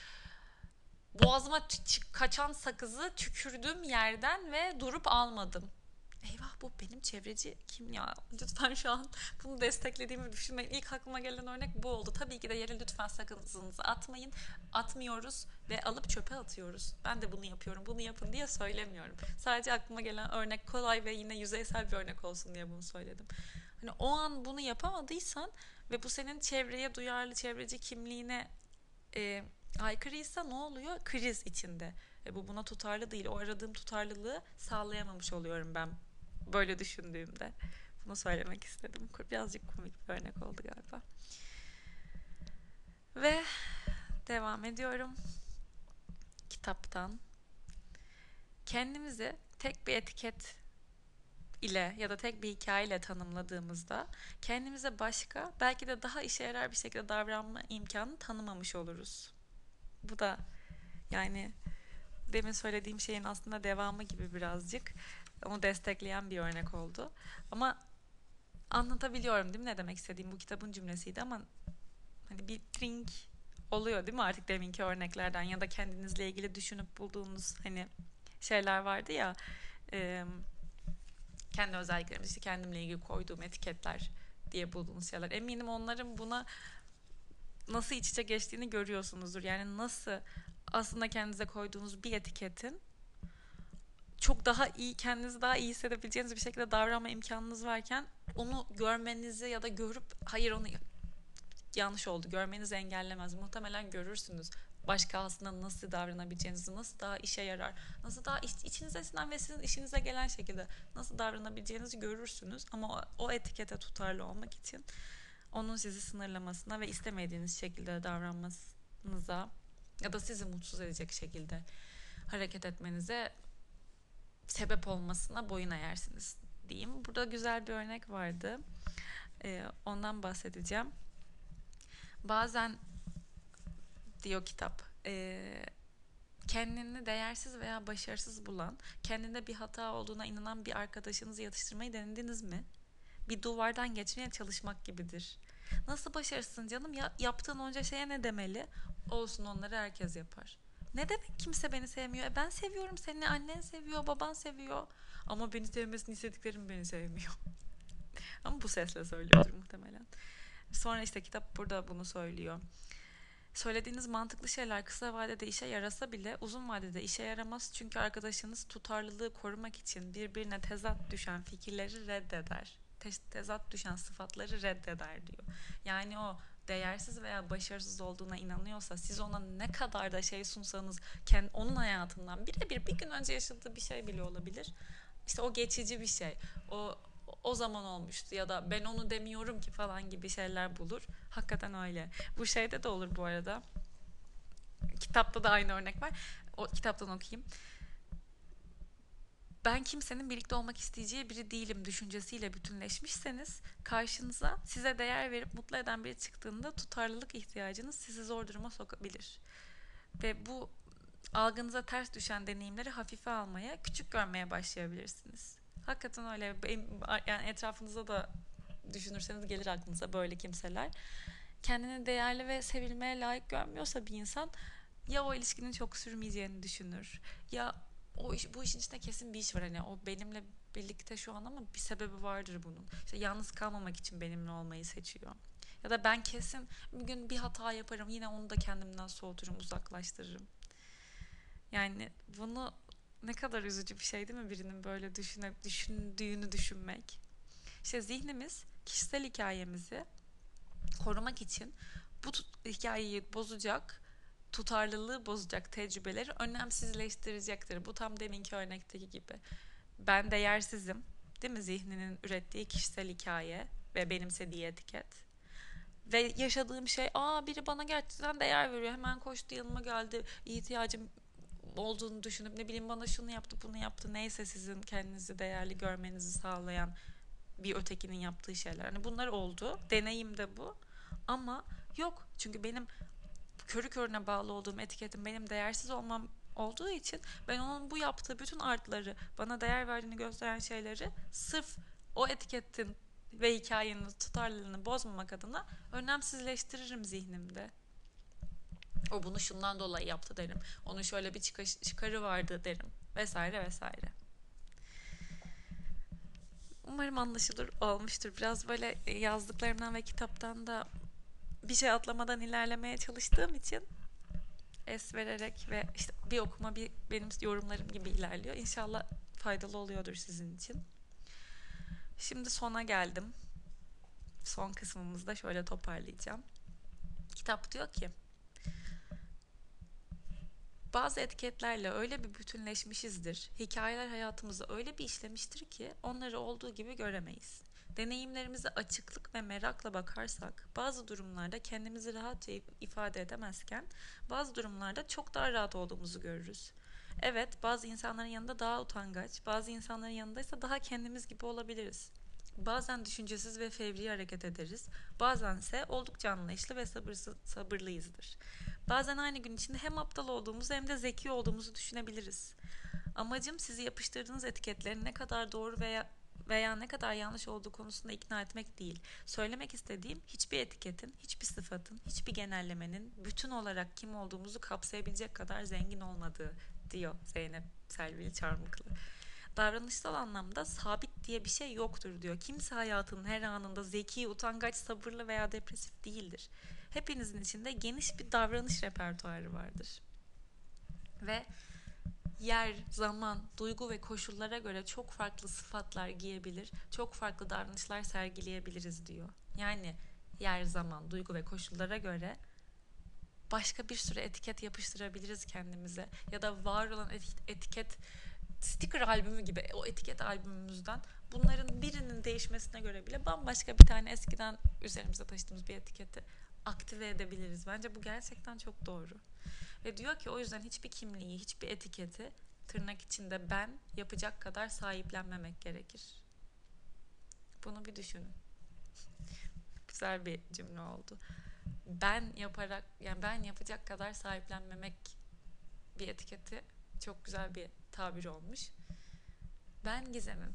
Speaker 1: boğazıma t- kaçan sakızı tükürdüğüm yerden ve durup almadım. Eyvah, bu benim çevreci kim ya? Lütfen şu an bunu desteklediğimi düşünmeyin. İlk aklıma gelen örnek bu oldu. Tabii ki de yere lütfen sakızınızı atmayın. Atmıyoruz ve alıp çöpe atıyoruz. Ben de bunu yapıyorum, bunu yapın diye söylemiyorum. Sadece aklıma gelen örnek kolay ve yine yüzeysel bir örnek olsun diye bunu söyledim. Hani o an bunu yapamadıysan ve bu senin çevreye duyarlı, çevreci kimliğine e, aykırıysa ne oluyor? Kriz içinde. E, bu buna tutarlı değil. O aradığım tutarlılığı sağlayamamış oluyorum ben böyle düşündüğümde. Bunu söylemek istedim. Birazcık komik bir örnek oldu galiba. Ve devam ediyorum kitaptan. Kendimizi tek bir etiket ile ya da tek bir hikayeyle tanımladığımızda kendimize başka, belki de daha işe yarar bir şekilde davranma imkanı tanımamış oluruz. Bu da yani demin söylediğim şeyin aslında devamı gibi birazcık. Onu destekleyen bir örnek oldu. Ama anlatabiliyorum değil mi ne demek istediğim? Bu kitabın cümlesiydi ama hani bir drink oluyor değil mi artık deminki örneklerden ya da kendinizle ilgili düşünüp bulduğunuz hani şeyler vardı ya, e, kendi özelliklerimiz, işte kendimle ilgili koyduğum etiketler diye bulduğunuz şeyler. Eminim onların buna nasıl iç içe geçtiğini görüyorsunuzdur. Yani nasıl aslında kendinize koyduğunuz bir etiketin çok daha iyi, kendinizi daha iyi hissedebileceğiniz bir şekilde davranma imkanınız varken onu görmenizi ya da görüp hayır onu yanlış oldu görmenizi engellemez. Muhtemelen görürsünüz. Başka aslında nasıl davranabileceğinizi, nasıl daha işe yarar, nasıl daha iç, içinize sinen ve sizin işinize gelen şekilde nasıl davranabileceğinizi görürsünüz. Ama o, o etikete tutarlı olmak için onun sizi sınırlamasına ve istemediğiniz şekilde davranmanıza ya da sizi mutsuz edecek şekilde hareket etmenize sebep olmasına boyun eğersiniz diyeyim. Burada güzel bir örnek vardı. Ee, ondan bahsedeceğim. Bazen diyor kitap, e, kendini değersiz veya başarısız bulan, kendinde bir hata olduğuna inanan bir arkadaşınızı yatıştırmayı denediniz mi? Bir duvardan geçmeye çalışmak gibidir. Nasıl başarısın canım? Ya, yaptığın onca şeye ne demeli? Olsun, onları herkes yapar. Ne demek kimse beni sevmiyor? E ben seviyorum seni, annen seviyor, baban seviyor. Ama beni sevmesini istediklerim beni sevmiyor. Ama bu sesle söylüyordur muhtemelen. Sonra işte kitap burada bunu söylüyor. Söylediğiniz mantıklı şeyler kısa vadede işe yarasa bile uzun vadede işe yaramaz. Çünkü arkadaşınız tutarlılığı korumak için birbirine tezat düşen fikirleri reddeder. Te- tezat düşen sıfatları reddeder diyor. Yani o değersiz veya başarısız olduğuna inanıyorsa, siz ona ne kadar da şey sunsanız, onun hayatından birebir bir gün önce yaşadığı bir şey bile olabilir. İşte o geçici bir şey. O o zaman olmuştu ya da ben onu demiyorum ki falan gibi şeyler bulur. Hakikaten öyle. Bu şeyde de olur bu arada. Kitapta da aynı örnek var. O kitaptan okuyayım. Ben kimsenin birlikte olmak isteyeceği biri değilim düşüncesiyle bütünleşmişseniz karşınıza size değer verip mutlu eden biri çıktığında tutarlılık ihtiyacınız sizi zor duruma sokabilir. Ve bu algınıza ters düşen deneyimleri hafife almaya, küçük görmeye başlayabilirsiniz. Hakikaten öyle. Benim, yani etrafınızda da düşünürseniz gelir aklınıza böyle kimseler. Kendini değerli ve sevilmeye layık görmüyorsa bir insan, ya o ilişkinin çok sürmeyeceğini düşünür, ya o iş, bu işin içinde kesin bir iş var, hani o benimle birlikte şu an ama bir sebebi vardır bunun. İşte yalnız kalmamak için benimle olmayı seçiyor. Ya da ben kesin bir gün bir hata yaparım, yine onu da kendimden soğuturum, uzaklaştırırım. Yani bunu, ne kadar üzücü bir şey değil mi, birinin böyle düşüne, düşündüğünü düşünmek. İşte zihnimiz kişisel hikayemizi korumak için bu hikayeyi bozacak, tutarlılığı bozacak tecrübeleri önemsizleştirecektir. Bu tam deminki örnekteki gibi. Ben değersizim, değil mi? Zihninin ürettiği kişisel hikaye ve benimsediği etiket. Ve yaşadığım şey, aa biri bana gerçekten değer veriyor, hemen koştu yanıma geldi, ihtiyacım olduğunu düşünüp ne bileyim bana şunu yaptı bunu yaptı, neyse sizin kendinizi değerli görmenizi sağlayan bir ötekinin yaptığı şeyler. Hani bunlar oldu. Deneyim de bu. Ama yok. Çünkü benim körü körüne bağlı olduğum etiketim benim değersiz olmam olduğu için ben onun bu yaptığı bütün artları, bana değer verdiğini gösteren şeyleri sırf o etiketin ve hikayenin tutarlılığını bozmamak adına önemsizleştiririm zihnimde. O bunu şundan dolayı yaptı derim. Onun şöyle bir çıkarı vardı derim. Vesaire vesaire. Umarım anlaşılır olmuştur. Biraz böyle yazdıklarımdan ve kitaptan da bir şey atlamadan ilerlemeye çalıştığım için es vererek ve işte bir okuma bir benim yorumlarım gibi ilerliyor. İnşallah faydalı oluyordur sizin için. Şimdi sona geldim. Son kısmımızda şöyle toparlayacağım. Kitap diyor ki, bazı etiketlerle öyle bir bütünleşmişizdir, hikayeler hayatımızı öyle bir işlemiştir ki onları olduğu gibi göremeyiz. Deneyimlerimize açıklık ve merakla bakarsak bazı durumlarda kendimizi rahatça ifade edemezken bazı durumlarda çok daha rahat olduğumuzu görürüz. Evet, bazı insanların yanında daha utangaç, bazı insanların yanında ise daha kendimiz gibi olabiliriz. Bazen düşüncesiz ve fevri hareket ederiz. Bazen ise oldukça anlayışlı ve sabırsız, sabırlıyızdır. Bazen aynı gün içinde hem aptal olduğumuzu hem de zeki olduğumuzu düşünebiliriz. Amacım sizi yapıştırdığınız etiketlerin ne kadar doğru veya veya ne kadar yanlış olduğu konusunda ikna etmek değil. Söylemek istediğim hiçbir etiketin, hiçbir sıfatın, hiçbir genellemenin bütün olarak kim olduğumuzu kapsayabilecek kadar zengin olmadığı, diyor Zeynep Selvili Çarmıklı. Davranışsal anlamda sabit diye bir şey yoktur diyor. Kimse hayatının her anında zeki, utangaç, sabırlı veya depresif değildir. Hepinizin içinde geniş bir davranış repertuarı vardır. Ve yer, zaman, duygu ve koşullara göre çok farklı sıfatlar giyebilir, çok farklı davranışlar sergileyebiliriz diyor. Yani yer, zaman, duygu ve koşullara göre başka bir sürü etiket yapıştırabiliriz kendimize. Ya da var olan etiket, sticker albümü gibi o etiket albümümüzden bunların birinin değişmesine göre bile bambaşka bir tane eskiden üzerimize taşıdığımız bir etiketi aktive edebiliriz. Bence bu gerçekten çok doğru. Ve diyor ki o yüzden hiçbir kimliği, hiçbir etiketi tırnak içinde ben yapacak kadar sahiplenmemek gerekir. Bunu bir düşünün. Güzel bir cümle oldu. Ben yaparak, yani ben yapacak kadar sahiplenmemek bir etiketi çok güzel bir tabir olmuş. Ben Gizem'im.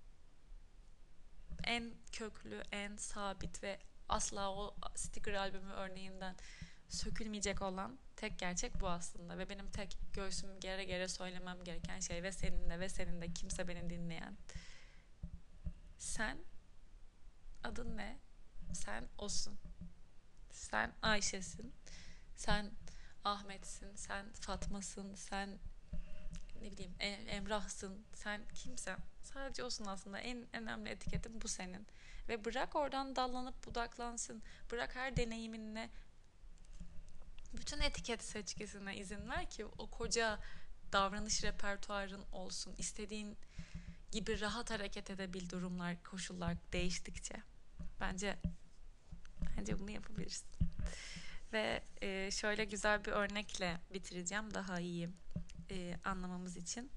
Speaker 1: En köklü, en sabit ve asla o sticker albümü örneğinden sökülmeyecek olan tek gerçek bu aslında. Ve benim tek göğsümü gere gere söylemem gereken şey ve seninle ve senin de kimse beni dinleyen. Sen adın ne? Sen Osun. Sen Ayşe'sin. Sen Ahmet'sin. Sen Fatma'sın. Sen ne bileyim Emrah'sın. Sen kimsen. Sadece Osun aslında. En önemli etiketin bu senin. Ve bırak oradan dallanıp budaklansın. Bırak her deneyiminle bütün etiket seçkisine izin ver ki o koca davranış repertuarın olsun. İstediğin gibi rahat hareket edebil durumlar, koşullar değiştikçe. Bence bence bunu yapabilirsin. Ve e, şöyle güzel bir örnekle bitireceğim daha iyi e, anlamamız için.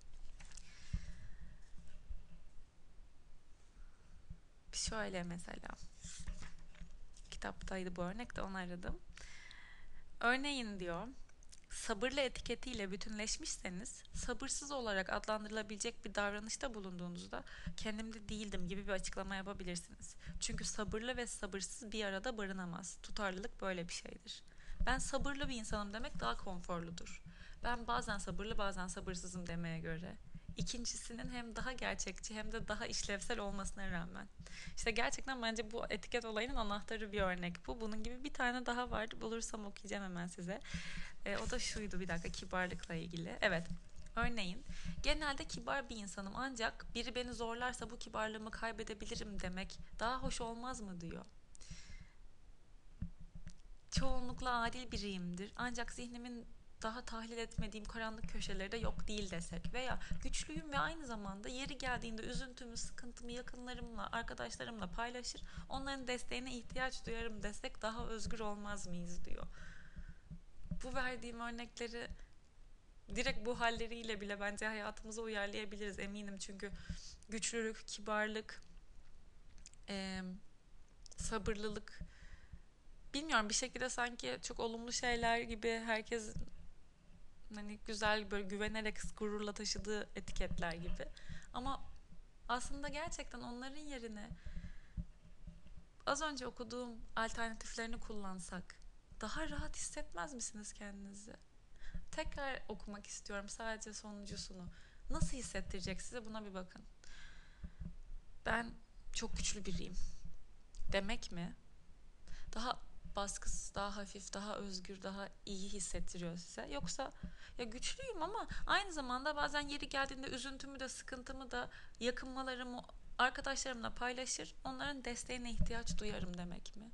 Speaker 1: Şöyle mesela kitaptaydı bu örnek de onu aradım. Örneğin diyor, sabırlı etiketiyle bütünleşmişseniz sabırsız olarak adlandırılabilecek bir davranışta bulunduğunuzda kendimde değildim gibi bir açıklama yapabilirsiniz. Çünkü sabırlı ve sabırsız bir arada barınamaz. Tutarlılık böyle bir şeydir. Ben sabırlı bir insanım demek daha konforludur. Ben bazen sabırlı bazen sabırsızım demeye göre. İkincisinin hem daha gerçekçi hem de daha işlevsel olmasına rağmen. İşte gerçekten bence bu etiket olayının anahtarı bir örnek bu. Bunun gibi bir tane daha var. Bulursam okuyacağım hemen size. E, o da şuydu bir dakika kibarlıkla ilgili. Evet. Örneğin genelde kibar bir insanım ancak biri beni zorlarsa bu kibarlığımı kaybedebilirim demek daha hoş olmaz mı diyor. Çoğunlukla adil biriyimdir ancak zihnimin daha tahlil etmediğim karanlık köşeleri de yok değil desek veya güçlüyüm ve aynı zamanda yeri geldiğinde üzüntümü, sıkıntımı yakınlarımla, arkadaşlarımla paylaşır, onların desteğine ihtiyaç duyarım desek daha özgür olmaz mıyız diyor. Bu verdiğim örnekleri direkt bu halleriyle bile bence hayatımıza uyarlayabiliriz eminim. Çünkü güçlülük, kibarlık, e, sabırlılık, bilmiyorum bir şekilde sanki çok olumlu şeyler gibi herkes hani güzel böyle güvenerek gururla taşıdığı etiketler gibi. Ama aslında gerçekten onların yerine az önce okuduğum alternatiflerini kullansak daha rahat hissetmez misiniz kendinizi? Tekrar okumak istiyorum sadece sonuncusunu. Nasıl hissettirecek size buna bir bakın. Ben çok güçlü biriyim demek mi? Daha baskısız, daha hafif, daha özgür, daha iyi hissettiriyor size. Yoksa ya güçlüyüm ama aynı zamanda bazen yeri geldiğinde üzüntümü de sıkıntımı da yakınmalarımı arkadaşlarımla paylaşır. Onların desteğine ihtiyaç duyarım demek mi?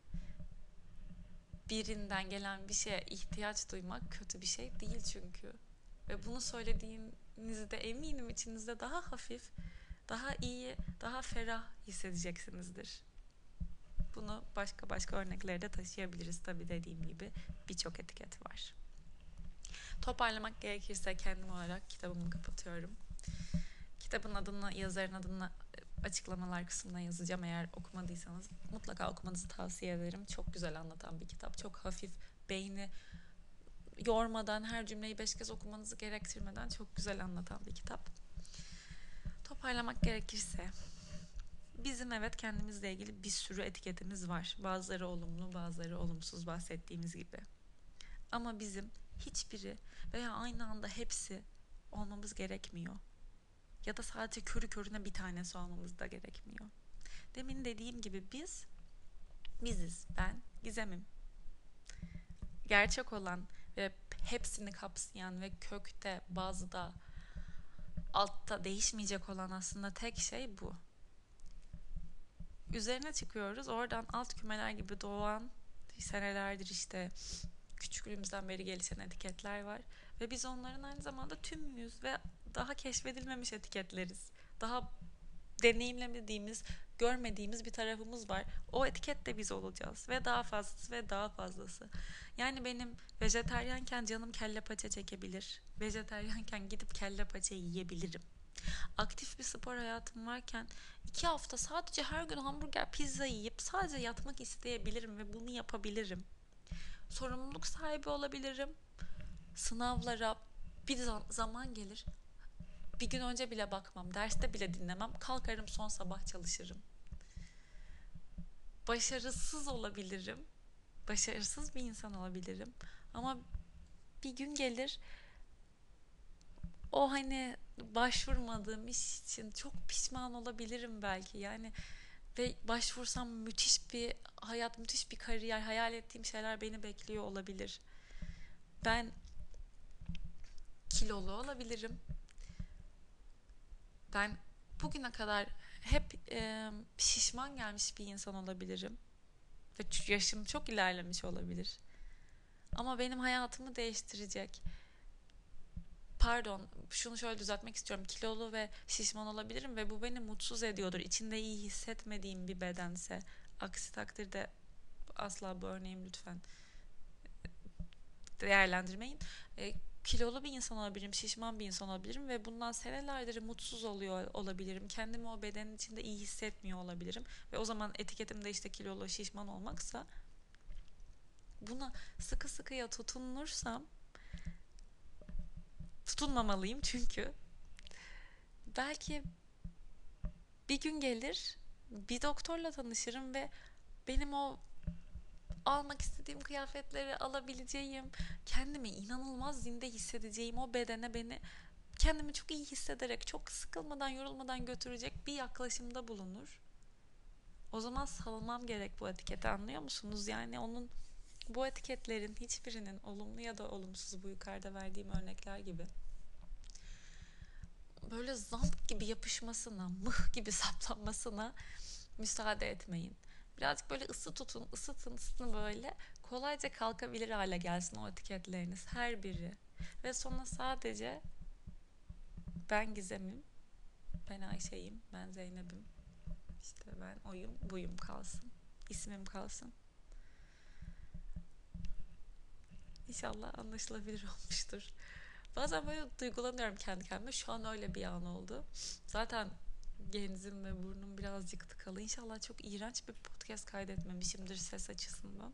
Speaker 1: Birinden gelen bir şeye ihtiyaç duymak kötü bir şey değil çünkü. Ve bunu söylediğinizde eminim içinizde daha hafif, daha iyi, daha ferah hissedeceksinizdir. Bunu başka başka örneklere de taşıyabiliriz. Tabii dediğim gibi birçok etiket var. Toparlamak gerekirse kendim olarak kitabımı kapatıyorum. Kitabın adını, yazarın adını açıklamalar kısmına yazacağım. Eğer okumadıysanız mutlaka okumanızı tavsiye ederim. Çok güzel anlatan bir kitap. Çok hafif, beyni yormadan, her cümleyi beş kez okumanızı gerektirmeden çok güzel anlatan bir kitap. Toparlamak gerekirse, bizim evet kendimizle ilgili bir sürü etiketimiz var. Bazıları olumlu, bazıları olumsuz, bahsettiğimiz gibi. Ama bizim hiçbiri veya aynı anda hepsi olmamız gerekmiyor. Ya da sadece körü körüne bir tanesi olmamız da gerekmiyor. Demin dediğim gibi biz, biziz. Ben Gizem'im. Gerçek olan ve hepsini kapsayan ve kökte, bazıda, altta değişmeyecek olan aslında tek şey bu. Üzerine çıkıyoruz. Oradan alt kümeler gibi doğan, senelerdir işte küçüklüğümüzden beri gelişen etiketler var. Ve biz onların aynı zamanda tümüyüz ve daha keşfedilmemiş etiketleriz. Daha deneyimlemediğimiz, görmediğimiz bir tarafımız var. O etiket de biz olacağız. Ve daha fazlası ve daha fazlası. Yani benim vejeteryanken canım kelle paça çekebilir. Vejeteryanken gidip kelle paça yiyebilirim. Aktif bir spor hayatım varken iki hafta sadece her gün hamburger, pizza yiyip sadece yatmak isteyebilirim ve bunu yapabilirim. Sorumluluk sahibi olabilirim. Sınavlara bir zaman gelir. Bir gün önce bile bakmam, derste bile dinlemem. Kalkarım, son sabah çalışırım. Başarısız olabilirim. Başarısız bir insan olabilirim. Ama bir gün gelir, o hani başvurmadığım iş için çok pişman olabilirim belki. Yani ve başvursam müthiş bir hayat, müthiş bir kariyer, hayal ettiğim şeyler beni bekliyor olabilir. Ben kilolu olabilirim. Ben bugüne kadar hep e, şişman gelmiş bir insan olabilirim. Ve yaşım çok ilerlemiş olabilir. Ama benim hayatımı değiştirecek. Pardon, şunu şöyle düzeltmek istiyorum. Kilolu ve şişman olabilirim ve bu beni mutsuz ediyordur. İçinde iyi hissetmediğim bir bedense. Aksi takdirde asla bu örneğimi lütfen değerlendirmeyin. E, kilolu bir insan olabilirim, şişman bir insan olabilirim ve bundan senelerdir mutsuz oluyor olabilirim. Kendimi o bedenin içinde iyi hissetmiyor olabilirim. Ve o zaman etiketim de işte kilolu, şişman olmaksa, buna sıkı sıkıya tutunursam, tutunmamalıyım çünkü belki bir gün gelir, bir doktorla tanışırım ve benim o almak istediğim kıyafetleri alabileceğim, kendimi inanılmaz zinde hissedeceğim o bedene beni kendimi çok iyi hissederek, çok sıkılmadan, yorulmadan götürecek bir yaklaşımda bulunur. O zaman salmam gerek bu etiketi, anlıyor musunuz? Yani onun, bu etiketlerin hiçbirinin olumlu ya da olumsuz, bu yukarıda verdiğim örnekler gibi böyle zamp gibi yapışmasına, mıh gibi saplanmasına müsaade etmeyin. Birazcık böyle ısı tutun, ısıtın, ısıtın böyle. Kolayca kalkabilir hale gelsin o etiketleriniz, her biri. Ve sonra sadece ben Gizem'im, ben Ayşe'yim, ben Zeynep'im, işte ben oyum, buyum kalsın. İsmim kalsın. İnşallah anlaşılabilir olmuştur. Bazen böyle duygulanıyorum kendi kendime. Şu an öyle bir an oldu. Zaten genzim ve burnum birazcık tıkalı. İnşallah çok iğrenç bir podcast kaydetmemişimdir ses açısından.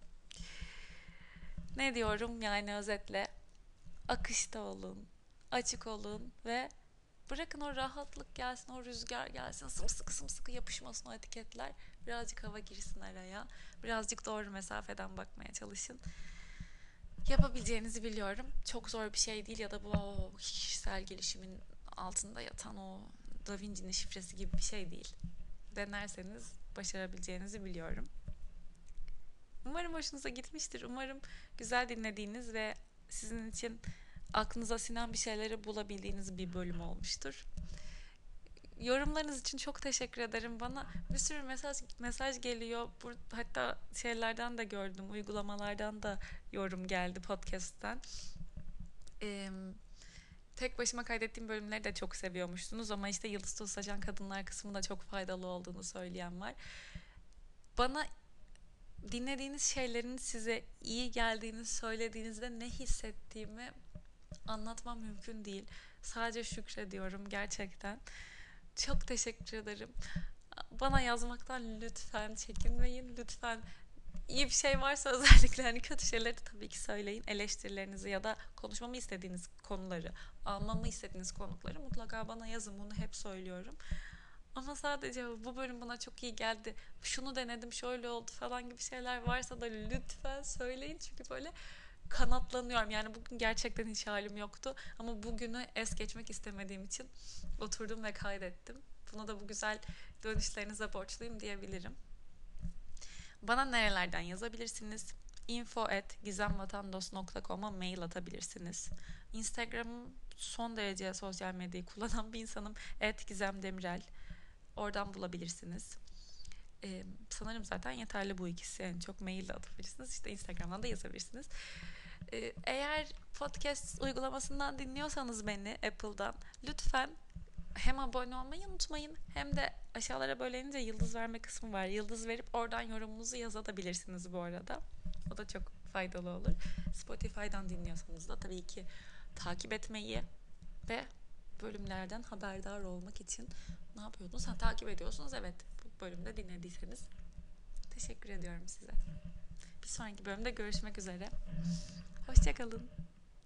Speaker 1: Ne diyorum yani özetle? Akışta olun, açık olun ve bırakın o rahatlık gelsin, o rüzgar gelsin, sımsıkı sımsıkı yapışmasın o etiketler. Birazcık hava girsin araya. Birazcık doğru mesafeden bakmaya çalışın. Yapabileceğinizi biliyorum. Çok zor bir şey değil ya da bu o, kişisel gelişimin altında yatan o Da Vinci'nin şifresi gibi bir şey değil. Denerseniz başarabileceğinizi biliyorum. Umarım hoşunuza gitmiştir. Umarım güzel dinlediğiniz ve sizin için aklınıza sinen bir şeyleri bulabildiğiniz bir bölüm olmuştur. Yorumlarınız için çok teşekkür ederim. Bana bir sürü mesaj mesaj geliyor. Hatta şeylerden de gördüm, uygulamalardan da yorum geldi podcast'ten. Ee, tek başıma kaydettiğim bölümleri de çok seviyormuşsunuz ama işte Yıldız Toz Saçan Kadınlar kısmında çok faydalı olduğunu söyleyen var. Bana dinlediğiniz şeylerin size iyi geldiğini söylediğinizde ne hissettiğimi Anlatmam mümkün değil. Sadece şükrediyorum gerçekten. Çok teşekkür ederim. Bana yazmaktan lütfen çekinmeyin. Lütfen iyi bir şey varsa özellikle hani kötü şeyleri de tabii ki söyleyin. Eleştirilerinizi ya da konuşmamı istediğiniz konuları, almamı istediğiniz konukları mutlaka bana yazın. Bunu hep söylüyorum. Ama sadece bu bölüm bana çok iyi geldi. Şunu denedim, şöyle oldu falan gibi şeyler varsa da lütfen söyleyin. Çünkü böyle kanatlanıyorum. Yani bugün gerçekten hiç halim yoktu. Ama bugünü es geçmek istemediğim için oturdum ve kaydettim. Buna da bu güzel dönüşlerinize borçluyum diyebilirim. Bana nerelerden yazabilirsiniz? info at gizemvatandos nokta com'a mail atabilirsiniz. Instagram'ım son derece sosyal medyayı kullanan bir insanım. at gizemdemirel. Oradan bulabilirsiniz. Ee, sanırım zaten yeterli bu ikisi. Yani çok mail de atabilirsiniz. İşte Instagram'dan da yazabilirsiniz. Ee, eğer podcast uygulamasından dinliyorsanız beni Apple'dan lütfen hem abone olmayı unutmayın hem de aşağılara böyle inince yıldız verme kısmı var. Yıldız verip oradan yorumunuzu yazabilirsiniz bu arada. O da çok faydalı olur. Spotify'dan dinliyorsanız da tabii ki takip etmeyi ve bölümlerden haberdar olmak için ne yapıyordunuz? Ha, takip ediyorsunuz. Evet, bu bölümde dinlediyseniz teşekkür ediyorum size. Bir sonraki bölümde görüşmek üzere. Hoşçakalın.